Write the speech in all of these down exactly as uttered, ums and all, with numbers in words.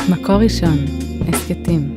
מקור ראשון, הסקטים.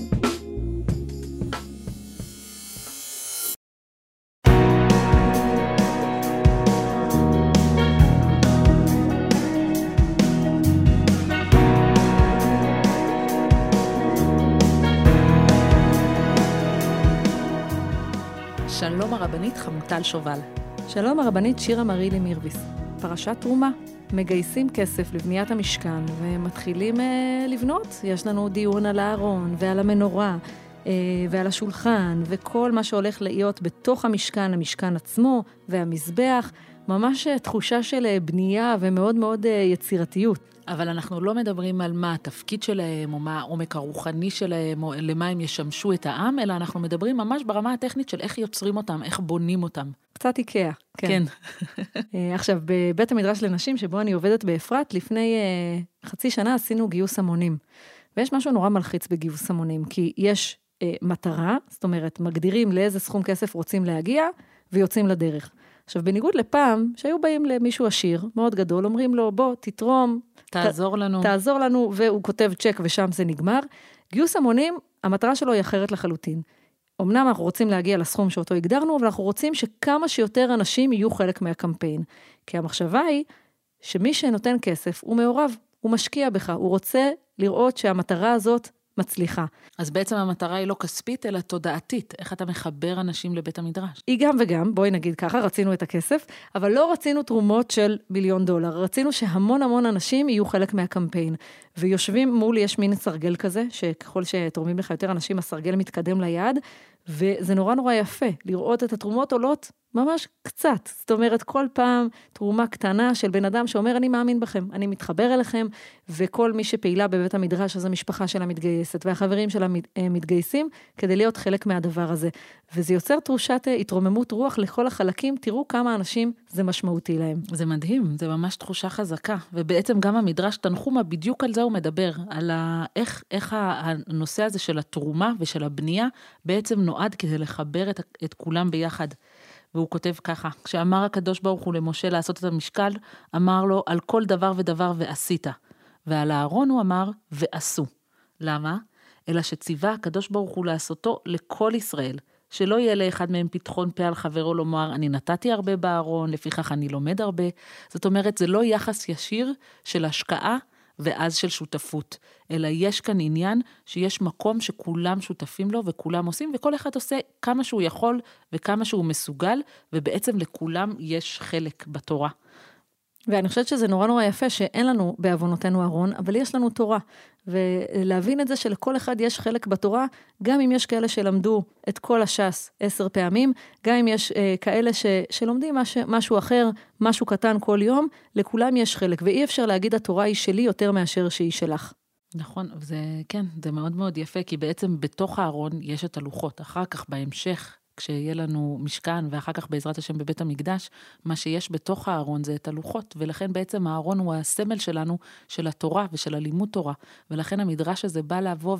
שלום הרבנית חמוטל שובל. שלום הרבנית שירה מרילי מירביס. פרשת תרומה. מגייסים כסף לבניית המשכן ומתחילים אה, לבנות. יש לנו דיון על הארון ועל המנורה אה, ועל השולחן וכל מה שהולך להיות בתוך המשכן, המשכן עצמו והמזבח. ממש תחושה של בנייה ומאוד מאוד אה, יצירתיות. אבל אנחנו לא מדברים על מה התפקיד שלהם, או מה העומק הרוחני שלהם, או למה הם ישמשו את העם, אלא אנחנו מדברים ממש ברמה הטכנית של איך יוצרים אותם, איך בונים אותם. קצת איקאה. כן. כן. עכשיו, בבית המדרש לנשים, שבו אני עובדת באפרת, לפני uh, חצי שנה עשינו גיוס המונים. ויש משהו נורא מלחיץ בגיוס המונים, כי יש uh, מטרה, זאת אומרת, מגדירים לאיזה סכום כסף רוצים להגיע, ויוצאים לדרך. עכשיו, בניגוד לפעם, שהיו באים למישהו עשיר, מאוד גדול, אומרים לו, בוא, תתרום, תעזור לנו. תעזור לנו, והוא כותב צ'ק ושם זה נגמר. גיוס המונים, המטרה שלו היא אחרת לחלוטין. אמנם אנחנו רוצים להגיע לסכום שאותו הגדרנו, אבל אנחנו רוצים שכמה שיותר אנשים יהיו חלק מהקמפיין. כי המחשבה היא שמי שנותן כסף הוא מעורב, הוא משקיע בך, הוא רוצה לראות שהמטרה הזאת מצליחה. אז בעצם המטרה היא לא כספית, אלא תודעתית. איך אתה מחבר אנשים לבית המדרש? היא גם וגם, בואי נגיד ככה, רצינו את הכסף, אבל לא רצינו תרומות של מיליון דולר. רצינו שהמון המון אנשים יהיו חלק מהקמפיין. ויושבים מול, יש מין סרגל כזה, שככל שתורמים לך יותר אנשים, הסרגל מתקדם ליד, וזה נורא נורא יפה, לראות את התרומות עולות ממש קצת. זאת אומרת, כל פעם תרומה קטנה של בן אדם שאומר, אני מאמין בכם, אני מתחבר אליכם, וכל מי שפעילה בבית המדרש, אז המשפחה שלה מתגייסת, והחברים שלה מתגייסים, כדי להיות חלק מהדבר הזה. וזה יוצר תחושת התרוממות רוח לכל החלקים, תראו כמה אנשים זה משמעותי להם. זה מדהים, זה ממש תחושה חזקה, ובעצם גם המדרש תנחומה, בדיוק על זה הוא מדבר, על ה... איך, איך הנושא הזה של התרומה ושל הבנייה, בעצם נועד כדי לחבר את, את כולם ביחד. והוא כותב ככה, כשאמר הקדוש ברוך הוא למשה לעשות את המשקל, אמר לו על כל דבר ודבר ועשית. ועל הארון הוא אמר ועשו. למה? אלא שציווה הקדוש ברוך הוא לעשותו לכל ישראל, שלא יהיה לאחד מהם פתחון פה על חברו לומר, אני נתתי הרבה בארון, לפיכך אני לומד הרבה. זאת אומרת, זה לא יחס ישיר של השקעה ואז של שותפות, אלא יש כאן עניין שיש מקום שכולם שותפים לו וכולם עושים, וכל אחד עושה כמה שהוא יכול וכמה שהוא מסוגל, ובעצם לכולם יש חלק בתורה. ואני חושבת שזה נורא נורא יפה שאין לנו בעוונותינו ארון, אבל יש לנו תורה. ולהבין את זה שלכל אחד יש חלק בתורה, גם אם יש כאלה שלמדו את כל הש"ס עשר פעמים, גם אם יש אה, כאלה ש, שלומדים מש, משהו אחר, משהו קטן כל יום, לכולם יש חלק. ואי אפשר להגיד התורה היא שלי יותר מאשר שהיא שלך. נכון, זה, כן, זה מאוד מאוד יפה, כי בעצם בתוך הארון יש את הלוחות. אחר כך בהמשך, כשיהיה לנו משכן, ואחר כך בעזרת השם בבית המקדש, מה שיש בתוך הארון זה את הלוחות, ולכן בעצם הארון הוא הסמל שלנו, של התורה ושל הלימוד תורה, ולכן המדרש הזה בא לבוא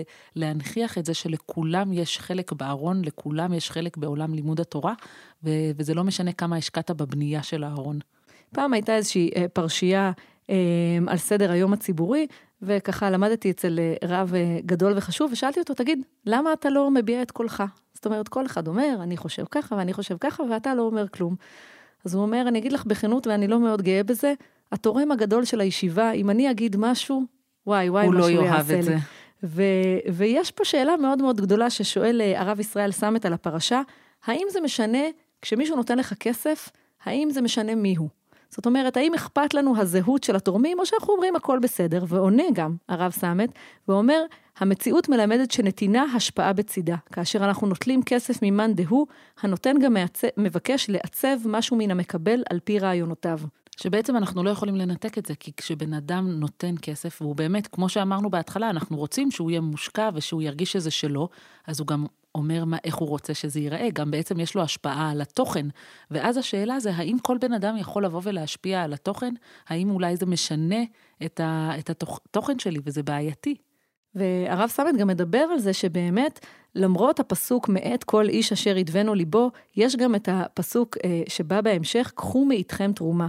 ולהנחיח את זה שלכולם יש חלק בארון, לכולם יש חלק בעולם לימוד התורה, ו- וזה לא משנה כמה השקעת בבנייה של הארון. פעם הייתה איזושהי פרשייה אה, על סדר היום הציבורי, וככה למדתי אצל רב גדול וחשוב, ושאלתי אותו, תגיד, למה אתה לא מביע את קולך? זאת אומרת, כל אחד אומר, אני חושב ככה, ואני חושב ככה, ואתה לא אומר כלום. אז הוא אומר, אני אגיד לך בכנות, ואני לא מאוד גאה בזה, התורם הגדול של הישיבה, אם אני אגיד משהו, וואי, וואי, הוא משהו לא יעשה יאהב את לי. זה. ו- ויש פה שאלה מאוד מאוד גדולה, ששואל הרב ישראל סמת על הפרשה, האם זה משנה, כשמישהו נותן לך כסף, האם זה משנה מיהו? זאת אומרת, האם אכפת לנו הזהות של התורמים, או שאנחנו אומרים הכל בסדר, ועונה גם הרב סמת, ואומר, המציאות מלמדת שנתינה השפעה בצידה, כאשר אנחנו נוטלים כסף ממאן דהוא, הנותן גם מעצב, מבקש לעצב משהו מן המקבל על פי רעיונותיו. שבעצם אנחנו לא יכולים לנתק את זה, כי כשבן אדם נותן כסף, והוא באמת, כמו שאמרנו בהתחלה, אנחנו רוצים שהוא יהיה מושקע, ושהוא ירגיש שזה שלו, אז הוא גם אומר מה, איך הוא רוצה שזה ייראה, גם בעצם יש לו השפעה על התוכן, ואז השאלה זה, האם כל בן אדם יכול לבוא ולהשפיע על התוכן? האם אולי זה משנה את, ה, את התוכן שלי, וזה בעייתי? והרב סמת גם מדבר על זה שבאמת, למרות הפסוק מאת כל איש אשר ידבנו ליבו, יש גם את הפסוק שבא בהמשך, קחו מאיתכם תרומה.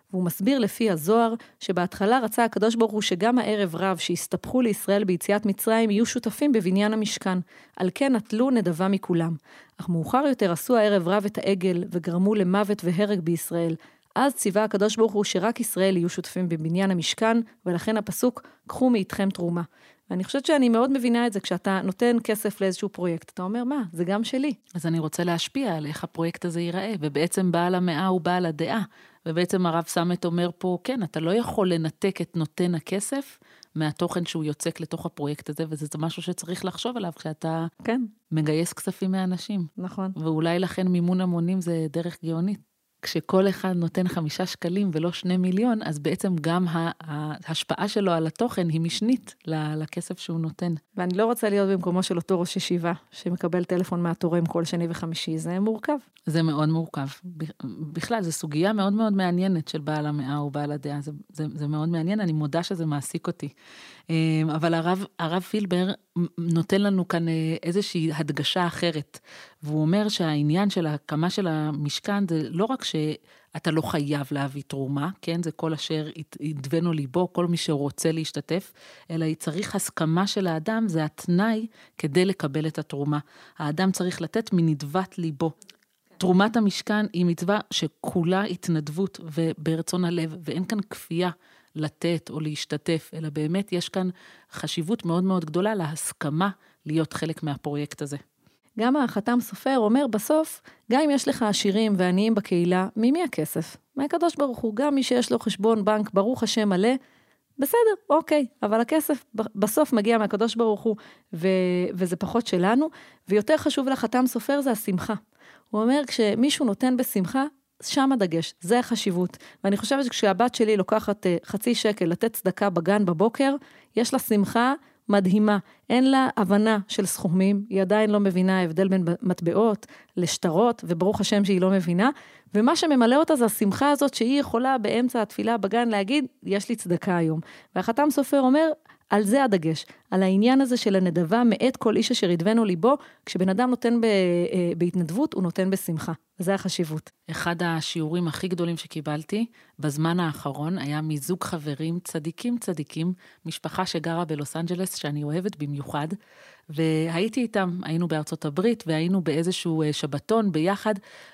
והוא מסביר לפי הזוהר, שבהתחלה רצה הקדוש ברוך הוא שגם הערב רב שהסתפחו לישראל ביציאת מצרים יהיו שותפים בבניין המשכן, על כן נטלו נדבה מכולם. אך מאוחר יותר עשו הערב רב את העגל וגרמו למוות והרג בישראל. אז ציווה הקדוש ברוך הוא שרק ישראל יהיו שותפים בבניין המשכן, ולכן הפסוק, קחו מאיתכם תרומה. ואני חושבת שאני מאוד מבינה את זה, כשאתה נותן כסף לאיזשהו פרויקט, אתה אומר, מה, זה גם שלי. אז אני רוצה להשפיע על איך הפרויקט הזה ייראה, ובעצם בעל המאה הוא בעל הדעה, ובעצם הרב סמת אומר פה, כן, אתה לא יכול לנתק את נותן הכסף, מהתוכן שהוא יוצק לתוך הפרויקט הזה, וזה משהו שצריך לחשוב עליו, כשאתה כן. מגייס כספים מאנשים. נכון. ואולי לכן מימון המונים זה דרך גאונית. כשכל אחד נותן חמישה שקלים ולא שני מיליון, אז בעצם גם ההשפעה שלו על התוכן היא משנית לכסף שהוא נותן. ואני לא רוצה להיות במקומו של אותו ראש ישיבה, שמקבל טלפון מהתורם כל שני וחמישי, זה מורכב. זה מאוד מורכב. בכלל, זו סוגיה מאוד מאוד מעניינת של בעל המאה או בעל הדעה, זה, זה, זה מאוד מעניין, אני מודה שזה מעסיק אותי. אבל הרב, הרב פילבר נותן לנו כאן איזושהי הדגשה אחרת, והוא אומר שהעניין של ההקמה של המשכן, זה לא רק שאתה לא חייב להביא תרומה, כן? זה כל אשר ידבנו ליבו, כל מי שרוצה להשתתף, אלא צריך הסכמה של האדם, זה התנאי כדי לקבל את התרומה. האדם צריך לתת מנדבת ליבו. תרומת המשכן היא מצווה שכולה התנדבות וברצון הלב, ואין כאן כפייה לתת או להשתתף, אלא באמת יש כאן חשיבות מאוד מאוד גדולה להסכמה להיות חלק מהפרויקט הזה. גם החתם סופר אומר בסוף, גם אם יש לך עשירים ועניים בקהילה, ממי הכסף? מהקדוש ברוך הוא, גם מי שיש לו חשבון בנק, ברוך השם מלא, בסדר, אוקיי, אבל הכסף בסוף מגיע מהקדוש ברוך הוא, ו- וזה פחות שלנו, ויותר חשוב לחתם סופר זה השמחה. הוא אומר, כשמישהו נותן בשמחה, שם הדגש, זה החשיבות. ואני חושבת שכשהבת שלי לוקחת חצי שקל לתת צדקה בגן בבוקר, יש לה שמחה מדהימה. אין לה הבנה של סכומים, היא עדיין לא מבינה ההבדל בין מטבעות לשטרות, וברוך השם שהיא לא מבינה, ומה שממלא אותה זה השמחה הזאת שהיא יכולה באמצע התפילה בגן להגיד, יש לי צדקה היום. והחתם סופר אומר, על זה הדגש, על העניין הזה של הנדבה מאת כל איש אשר ידבנו ליבו, כשבן אדם נותן בהתנדבות, הוא נותן בשמחה. וזה החשיבות. אחד השיעורים הכי גדולים שקיבלתי בזמן האחרון היה מזוג חברים צדיקים צדיקים, משפחה שגרה בלוס אנג'לס שאני אוהבת במיוחד, והייתי איתם, היינו בארצות הברית והיינו באיזשהו שבתון ביחד,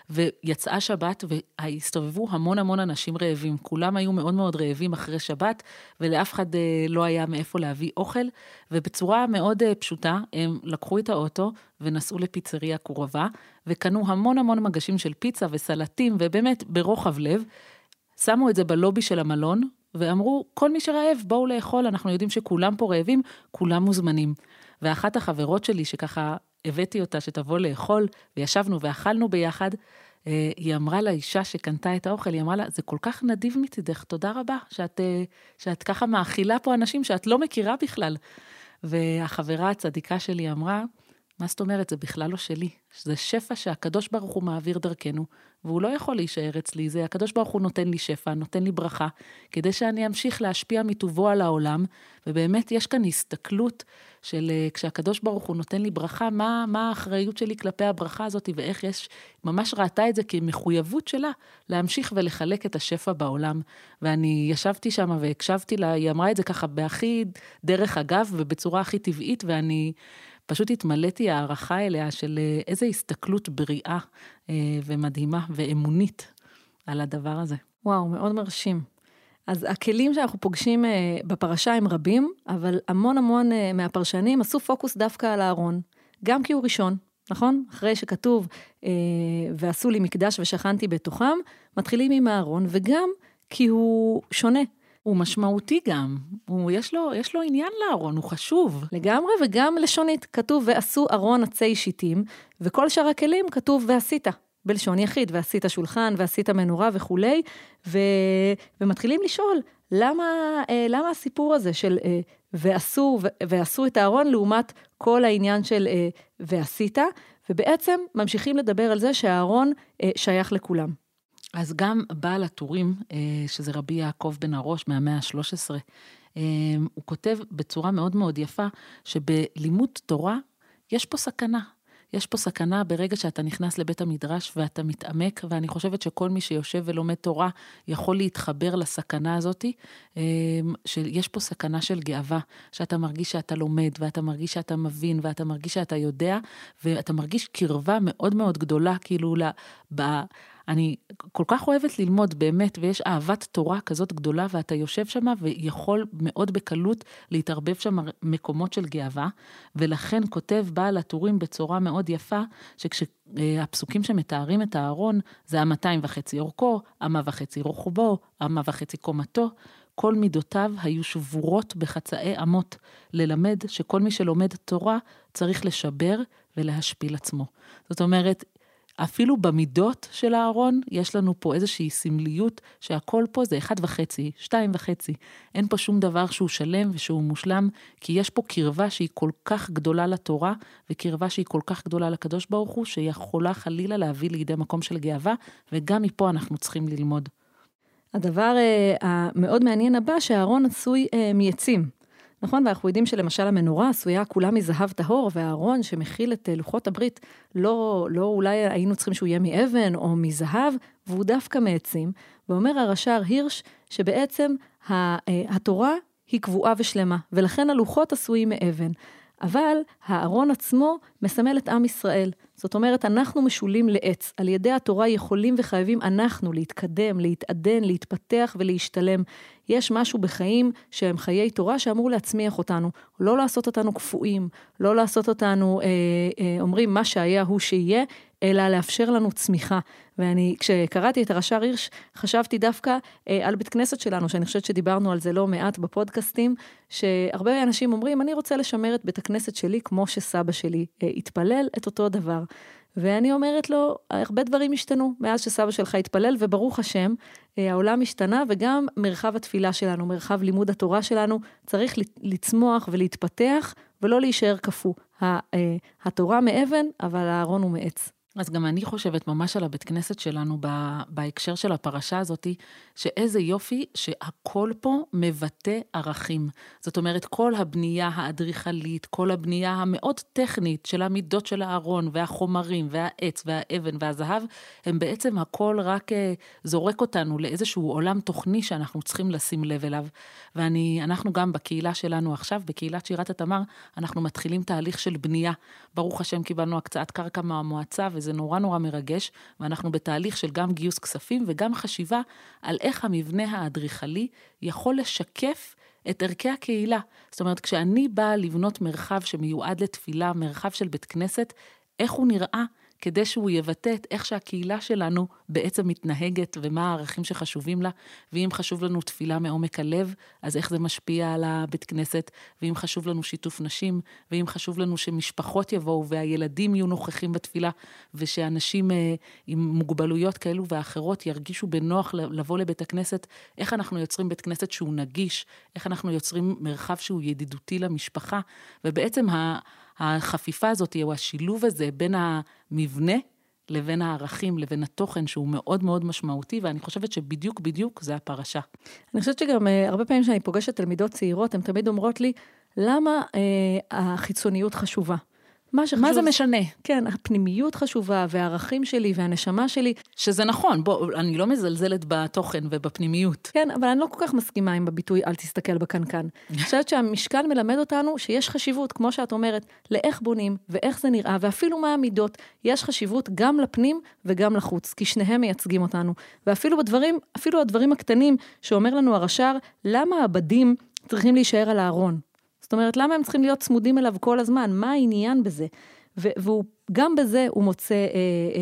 ויצאה שבת והסתובבו המון המון אנשים רעבים, כולם היו מאוד מאוד רעבים אחרי שבת, ולאף אחד לא היה מאיפה להביא אוכל, ובצורה מאוד פשוטה הם לקחו את האוטו ונסעו לפיצריה קרובה, וקנו המון המון מגשים של פיצה וסלטים, ובאמת ברוחב לב, שמו את זה בלובי של המלון, ואמרו, כל מי שרעב, בואו לאכול, אנחנו יודעים שכולם פה רעבים, כולם מוזמנים. ואחת החברות שלי, שככה הבאתי אותה שתבוא לאכול, וישבנו ואכלנו ביחד, היא אמרה לאישה שקנתה את האוכל, היא אמרה לה, זה כל כך נדיב מצדך, תודה רבה, שאת, שאת ככה מאכילה פה אנשים שאת לא מכירה בכלל. והחברה הצדיקה שלי אמרה, מה זאת אומרת, זה בכלל לא שלי, זה שפע שהקדוש ברוך הוא מעביר דרכנו, והוא לא יכול להישאר אצלי, זה הקדוש ברוך הוא נותן לי שפע, נותן לי ברכה, כדי שאני אמשיך להשפיע מטובו על העולם, ובאמת יש כאן הסתכלות של כשהקדוש ברוך הוא נותן לי ברכה, מה, מה האחריות שלי כלפי הברכה הזאת, ואיך יש, ממש ראתה את זה כמחויבות שלה, להמשיך ולחלק את השפע בעולם, ואני ישבתי שם והקשבתי לה, היא אמרה את זה ככה בהכי דרך אגב, ובצורה הכי טבעית, ואני פשוט התמלאתי הערכה אליה של איזו הסתכלות בריאה ומדהימה ואמונית על הדבר הזה. וואו, מאוד מרשים. אז הכלים שאנחנו פוגשים בפרשה הם רבים, אבל המון המון מהפרשנים עשו פוקוס דווקא על הארון, גם כי הוא ראשון, נכון? אחרי שכתוב, ועשו לי מקדש ושכנתי בתוכם, מתחילים עם הארון, וגם כי הוא שונה. הוא משמעותי גם, הוא, יש לו, יש לו עניין לארון, הוא חשוב. לגמרי, וגם לשונית, כתוב ועשו ארון עצי שיטים, וכל שאר הכלים כתוב ועשית, בלשון יחיד, ועשית שולחן, ועשית מנורה וכולי, ו... ומתחילים לשאול, למה, למה הסיפור הזה של ועשו, ועשו את הארון, לעומת כל העניין של ועשית, ובעצם ממשיכים לדבר על זה שהארון שייך לכולם. אז גם בעל הטורים, שזה רבי יעקב בן הראש מהמאה ה-שלוש עשרה, הוא כותב בצורה מאוד מאוד יפה, שבלימוד תורה יש פה סכנה. יש פה סכנה ברגע שאתה נכנס לבית המדרש ואתה מתעמק, ואני חושבת שכל מי שיושב ולומד תורה יכול להתחבר לסכנה הזאת, שיש פה סכנה של גאווה, שאתה מרגיש שאתה לומד, ואתה מרגיש שאתה מבין, ואתה מרגיש שאתה יודע, ואתה מרגיש קרבה מאוד מאוד גדולה, כאילו, ב... אני כל כך אוהבת ללמוד באמת, ויש אהבת תורה כזאת גדולה, ואתה יושב שם ויכול מאוד בקלות להתערבב שם מקומות של גאווה, ולכן כותב בעל הטורים בצורה מאוד יפה, שכשהפסוקים שמתארים את הארון, זה המאתיים וחצי אורכו, אמה וחצי רוחבו, אמה וחצי קומתו, כל מידותיו היו שבורות בחצאי אמות, ללמד שכל מי שלומד תורה צריך לשבר ולהשפיל עצמו. זאת אומרת, אפילו במידות של הארון, יש לנו פה איזושהי סמליות, שהכל פה זה אחד וחצי, שתיים וחצי. אין פה שום דבר שהוא שלם ושהוא מושלם, כי יש פה קרבה שהיא כל כך גדולה לתורה, וקרבה שהיא כל כך גדולה לקדוש ברוך הוא, שיכולה חלילה להביא לידי מקום של גאווה, וגם מפה אנחנו צריכים ללמוד. הדבר uh, המאוד מעניין הבא, שהארון עשוי uh, מעצים. נכון, ואנחנו יודעים שלמשל המנורה עשויה כולה מזהב טהור, והארון שמכיל את לוחות הברית, לא, לא אולי היינו צריכים שהוא יהיה מאבן או מזהב, והוא דווקא מעצים. ואומר הרש"ר הירש, שבעצם התורה היא קבועה ושלמה, ולכן הלוחות עשויים מאבן. אבל הארון עצמו מסמל את עם ישראל. זאת אומרת, אנחנו משולים לעץ. על ידי התורה יכולים וחייבים אנחנו להתקדם, להתעדן, להתפתח ולהשתלם. יש משהו בחיים שהם חיי תורה שאמור להצמיח אותנו. לא לעשות אותנו קפואים, לא לעשות אותנו, אה, אה, אומרים מה שהיה הוא שיהיה, אלא לאפשר לנו צמיחה. ואני, כשקראתי את הרש"ר הירש, חשבתי דווקא אה, על בית כנסת שלנו, שאני חושבת שדיברנו על זה לא מעט בפודקאסטים, שהרבה אנשים אומרים, אני רוצה לשמר את בית הכנסת שלי כמו שסבא שלי אה, התפלל את אותו דבר. ואני אומרת לו, הרבה דברים השתנו מאז שסבא שלך התפלל, וברוך השם, העולם השתנה, וגם מרחב התפילה שלנו, מרחב לימוד התורה שלנו, צריך לצמוח ולהתפתח, ולא להישאר קפוא. התורה מאבן, אבל הארון הוא מעץ. אז גם אני חושבת ממש על הבית כנסת שלנו, בהקשר של הפרשה הזאת, שאיזה יופי שהכל פה מבטא ערכים. זאת אומרת, כל הבנייה האדריכלית, כל הבנייה המאוד טכנית של המידות של הארון, והחומרים, והעץ, והאבן, והזהב, הם בעצם הכל רק זורק אותנו לאיזשהו עולם תוכני שאנחנו צריכים לשים לב אליו. ואנחנו גם בקהילה שלנו עכשיו, בקהילת שירת התמר, אנחנו מתחילים תהליך של בנייה. ברוך השם קיבלנו הקצאת קרקע מהמועצה, וזה נורא נורא מרגש, ואנחנו בתהליך של גם גיוס כספים, וגם חשיבה על איך המבנה האדריכלי יכול לשקף את ערכי הקהילה. זאת אומרת, כשאני באה לבנות מרחב שמיועד לתפילה, מרחב של בית כנסת, איך הוא נראה? כדי שהוא יבטא את איך שהקהילה שלנו בעצם מתנהגת, ומה הערכים שחשובים לה, ואם חשוב לנו תפילה מעומק הלב, אז איך זה משפיע על הבית כנסת, ואם חשוב לנו שיתוף נשים, ואם חשוב לנו שמשפחות יבואו, והילדים יהיו נוכחים בתפילה, ושאנשים אה, עם מוגבלויות כאלו ואחרות ירגישו בנוח לבוא לבית הכנסת, איך אנחנו יוצרים בית כנסת שהוא נגיש, איך אנחנו יוצרים מרחב שהוא ידידותי למשפחה, ובעצם ה... החפיפה הזאת, או השילוב הזה בין המבנה לבין הערכים, לבין התוכן שהוא מאוד מאוד משמעותי, ואני חושבת שבדיוק בדיוק זה הפרשה. אני חושבת שגם הרבה פעמים שאני פוגשת תלמידות צעירות, הן תמיד אומרות לי, למה אה, החיצוניות חשובה? מה, מה זה משנה? כן, הפנימיות חשובה, והערכים שלי, והנשמה שלי. שזה נכון, בוא, אני לא מזלזלת בתוכן ובפנימיות. כן, אבל אני לא כל כך מסכימה עם הביטוי, אל תסתכל בקנקן. אני חושבת שהמשכן מלמד אותנו שיש חשיבות, כמו שאת אומרת, לאיך בונים, ואיך זה נראה, ואפילו מה המידות, יש חשיבות גם לפנים וגם לחוץ, כי שניהם מייצגים אותנו. ואפילו בדברים, אפילו הדברים הקטנים, שאומר לנו הרש"ר, למה הבדים צריכים להישאר על הארון? זאת אומרת, למה הם צריכים להיות צמודים אליו כל הזמן? מה העניין בזה? והוא, גם בזה הוא מוצא אה,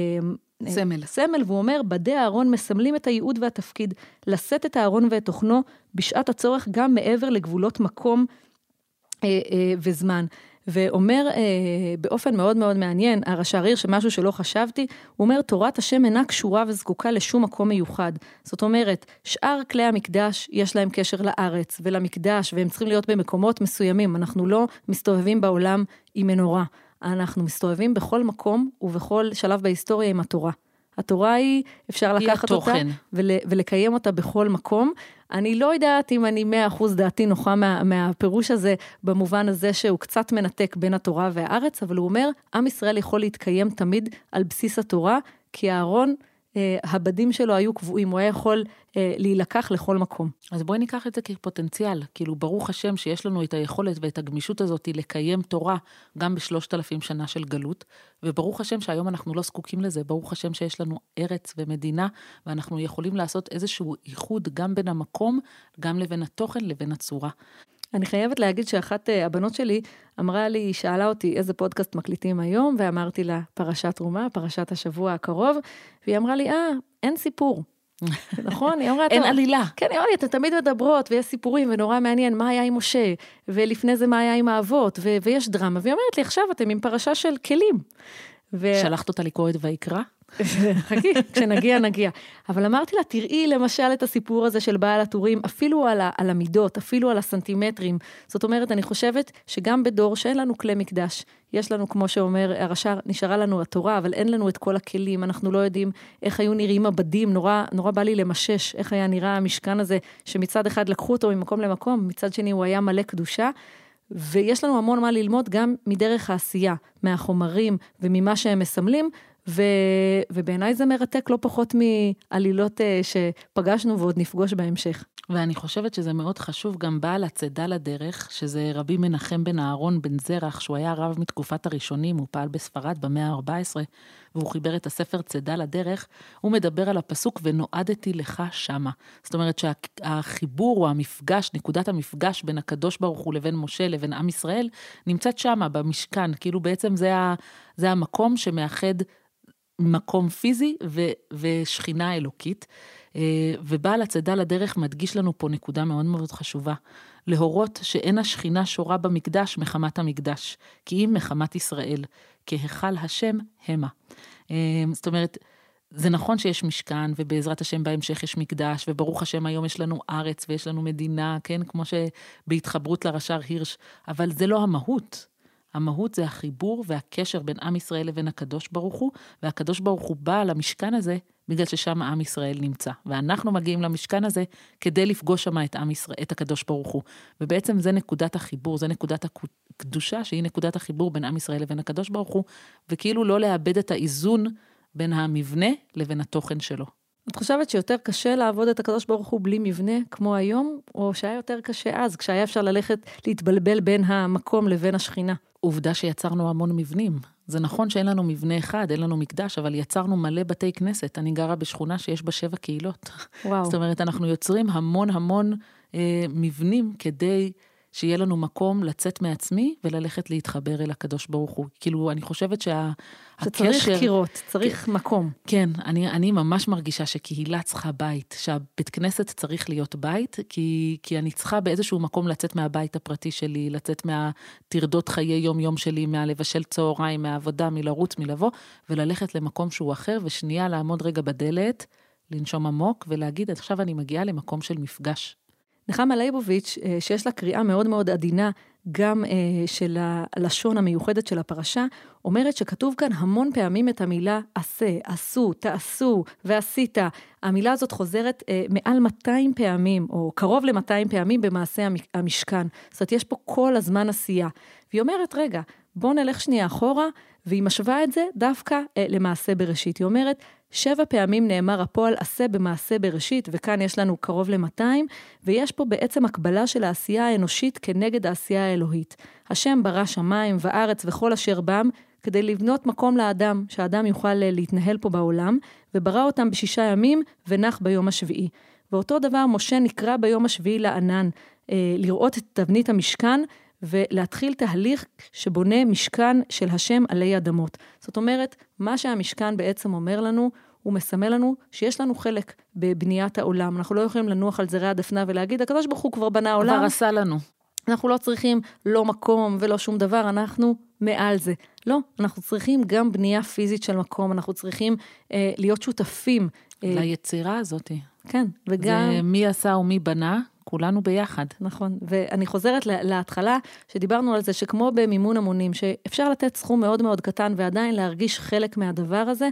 אה, סמל. סמל, והוא אומר, בדי הארון מסמלים את הייעוד והתפקיד, לשאת את הארון ואת תוכנו, בשעת הצורך גם מעבר לגבולות מקום אה, אה, וזמן. ואומר אה, באופן מאוד מאוד מעניין, הרש"ר הירש, שמשהו שלא חשבתי, הוא אומר, תורת השם אינה קשורה וזקוקה לשום מקום מיוחד. זאת אומרת, שאר כלי המקדש יש להם קשר לארץ ולמקדש, והם צריכים להיות במקומות מסוימים. אנחנו לא מסתובבים בעולם עם מנורה. אנחנו מסתובבים בכל מקום ובכל שלב בהיסטוריה עם התורה. התורה היא, אפשר לקחת אותה ול, ולקיים אותה בכל מקום. אני לא יודעת אם אני מאה אחוז דעתי נוחה מה, מהפירוש הזה, במובן הזה שהוא קצת מנתק בין התורה והארץ, אבל הוא אומר, עם ישראל יכול להתקיים תמיד על בסיס התורה, כי הארון, הבדים שלו היו קבועים, הוא היה יכול להילקח לכל מקום. אז בואי ניקח את זה כפוטנציאל, כאילו ברוך השם שיש לנו את היכולת ואת הגמישות הזאת לקיים תורה גם בשלושת אלפים שנה של גלות, וברוך השם שהיום אנחנו לא זקוקים לזה, ברוך השם שיש לנו ארץ ומדינה, ואנחנו יכולים לעשות איזשהו ייחוד גם בין המקום, גם לבין התוכן, לבין הצורה. אני חייבת להגיד שאחת הבנות שלי אמרה לי, היא שאלה אותי איזה פודקאסט מקליטים היום, ואמרתי לה פרשת תרומה, פרשת השבוע הקרוב, והיא אמרה לי, אה, אין סיפור. נכון? היא אמרה, אין עלילה. כן, היא אמרה לי, אתן תמיד מדברות, ויש סיפורים, ונורא מעניין מה היה עם משה, ולפני זה מה היה עם האבות, ו- ויש דרמה. והיא אומרת לי, עכשיו אתם עם פרשה של כלים. ו... שלחת אותה לקרוא את ויקרא? חכי, כשנגיע נגיע. אבל אמרתי לה, תראי למשל את הסיפור הזה של בעל הטורים, אפילו על, ה- על המידות, אפילו על הסנטימטרים. זאת אומרת, אני חושבת שגם בדור שאין לנו כלי מקדש, יש לנו, כמו שאומר הרש"ר, נשארה לנו התורה, אבל אין לנו את כל הכלים, אנחנו לא יודעים איך היו נראים הבדים, נורא, נורא בא לי למשש, איך היה נראה המשכן הזה, שמצד אחד לקחו אותו ממקום למקום, מצד שני הוא היה מלא קדושה, ויש לנו המון מה ללמוד גם מדרך העשייה, מהחומרים וממה שהם מסמלים, ו... ובעיניי זה מרתק לא פחות מעלילות שפגשנו ועוד נפגוש בהמשך. ואני חושבת שזה מאוד חשוב, גם בעל הצידה לדרך, שזה רבי מנחם בן אהרון בן זרח, שהוא היה רב מתקופת הראשונים, הוא פעל בספרד במאה ה-ארבע עשרה, והוא חיבר את הספר צידה לדרך, הוא מדבר על הפסוק, ונועדתי לך שמה. זאת אומרת שהחיבור או המפגש, נקודת המפגש בין הקדוש ברוך הוא לבין משה לבין עם ישראל, נמצאת שמה במשכן, כאילו בעצם זה, ה, זה המקום שמאחד מקום פיזי ו, ושכינה אלוקית, ובעל הצידה לדרך מדגיש לנו פה נקודה מאוד מאוד חשובה, להורות שאין השכינה שורה במקדש מחמת המקדש, כי אם מחמת ישראל, כהיכל השם המה. זאת אומרת, זה נכון שיש משכן, ובעזרת השם בהמשך יש מקדש, וברוך השם היום יש לנו ארץ, ויש לנו מדינה, כן, כמו שבהתחברות לרש"ר הירש, אבל זה לא המהות. המהות זה החיבור והקשר בין עם ישראל לבין הקדוש ברוך הוא, והקדוש ברוך הוא בא למשכן הזה, בגלל ששם עם ישראל נמצא. ואנחנו מגיעים למשכן הזה, כדי לפגוש שם את עם ישראל, את הקדוש ברוך הוא. ובעצם זה נקודת החיבור, זה נקודת הקדושה, שהיא נקודת החיבור בין עם ישראל לבין הקדוש ברוך הוא, וכאילו לא לאבד את האיזון בין המבנה לבין התוכן שלו. את חושבת שיותר קשה לעבוד את הקדוש ברוך הוא בלי מבנה כמו היום, או שהיה יותר קשה אז, כשהיה אפשר ללכת להתבלבל בין המקום לבין השכינה? עובדה שיצרנו המון מבנים. זה נכון שאין לנו מבנה אחד, אין לנו מקדש, אבל יצרנו מלא בתי כנסת. אני גרה בשכונה שיש בה שבע קהילות. וואו. זאת אומרת, אנחנו יוצרים המון המון אה, מבנים כדי שיהיה לנו מקום לצאת מעצמי וללכת להתחבר אל הקדוש ברוך הוא. כאילו, אני חושבת שה... שצריך הקשר... קירות, צריך כן, מקום. כן, אני, אני ממש מרגישה שקהילה צריכה בית, שהבית כנסת צריך להיות בית, כי, כי אני צריכה באיזשהו מקום לצאת מהבית הפרטי שלי, לצאת מהתרדות חיי יום-יום שלי, מהלבשל צהריים, מהעבודה, מלרוץ, מלבוא, וללכת למקום שהוא אחר, ושנייה לעמוד רגע בדלת, לנשום עמוק, ולהגיד, עכשיו אני מגיעה למקום של מפגש. נחמה ליבוביץ', שיש לה קריאה מאוד מאוד עדינה, גם של הלשון המיוחדת של הפרשה, אומרת שכתוב כאן המון פעמים את המילה עשה, עשו, תעשו ועשית. המילה הזאת חוזרת מעל מאתיים פעמים, או קרוב ל-מאתיים פעמים במעשה המשכן. זאת אומרת, יש פה כל הזמן עשייה. והיא אומרת, רגע, בוא נלך שנייה אחורה, והיא משווה את זה דווקא למעשה בראשית. היא אומרת, שבע פעמים נאמר הפועל עשה במעשה בראשית, וכאן יש לנו קרוב ל-מאתיים, ויש פה בעצם הקבלה של העשייה האנושית כנגד העשייה האלוהית. השם ברא שמיים וארץ וכל אשר בם, כדי לבנות מקום לאדם, שהאדם יוכל להתנהל פה בעולם, וברא אותם בשישה ימים ונח ביום השביעי. ואותו דבר משה נקרא ביום השביעי לענן, לראות את תבנית המשכן, ולהתחיל תהליך שבונה משכן של השם עלי אדמות. זאת אומרת, מה שהמשכן בעצם אומר לנו, הוא מסמל לנו שיש לנו חלק בבניית העולם. אנחנו לא יכולים לנוח על זרי הדפנה ולהגיד, הקדוש ברוך הוא כבר בנה העולם. כבר עשה לנו. אנחנו לא צריכים לא מקום ולא שום דבר, אנחנו מעל זה. לא, אנחנו צריכים גם בנייה פיזית של מקום, אנחנו צריכים אה, להיות שותפים. אה, ליצירה הזאת. כן, וגם... זה מי עשה ומי בנה, כולנו ביחד. נכון, ואני חוזרת להתחלה, שדיברנו על זה שכמו במימון המונים, שאפשר לתת סכום מאוד מאוד קטן, ועדיין להרגיש חלק מהדבר הזה,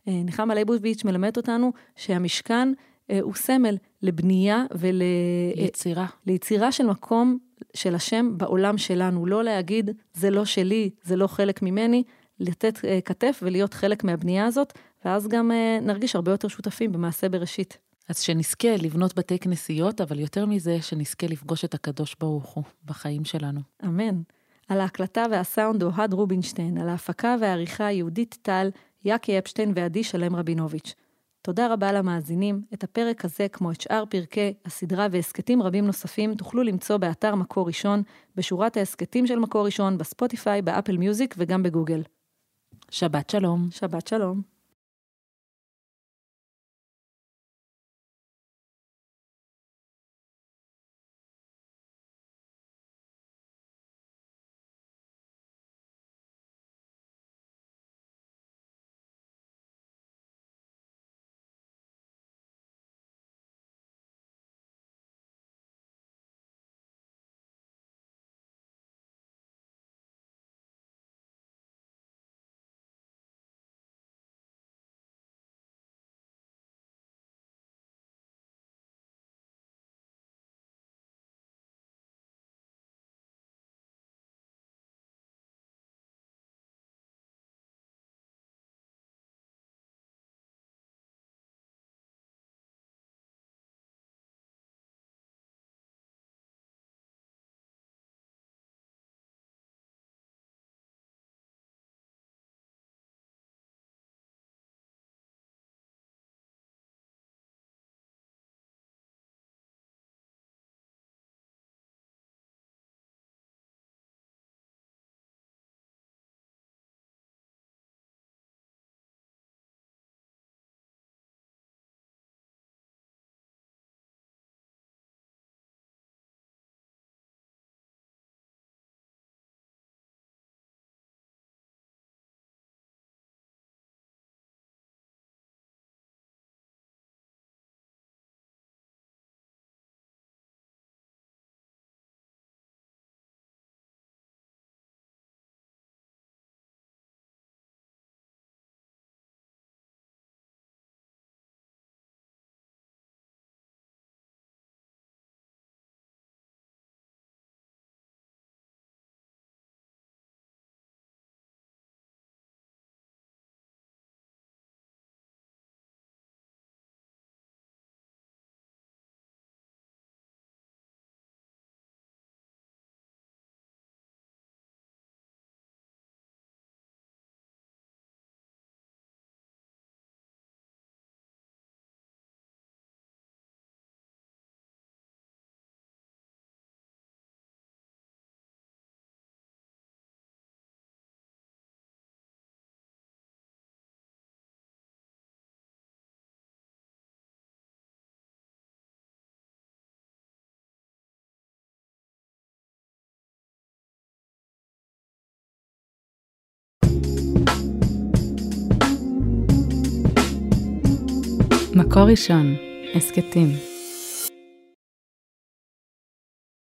נחמה ליבוביץ' מלמד אותנו שהמשכן הוא סמל לבנייה וליצירה. ליצירה של מקום של השם בעולם שלנו. לא להגיד, זה לא שלי, זה לא חלק ממני, לתת כתף ולהיות חלק מהבנייה הזאת, ואז גם נרגיש הרבה יותר שותפים במעשה בראשית. אז שנזכה לבנות בתי כנסיות, אבל יותר מזה, שנזכה לפגוש את הקדוש ברוך הוא בחיים שלנו. אמן. על ההקלטה והסאונד אוהד רובינשטיין, על ההפקה והעריכה יהודית טל, יקי אפשטיין ועדי שלם רבינוביץ'. תודה רבה למאזינים. את הפרק הזה, כמו את שאר פרקי הסדרה והסקטים רבים נוספים, תוכלו למצוא באתר מקור ראשון, בשורת ההסקטים של מקור ראשון, בספוטיפיי, באפל מיוזיק וגם בגוגל. שבת שלום. שבת שלום. מקור ראשון, הסקטים.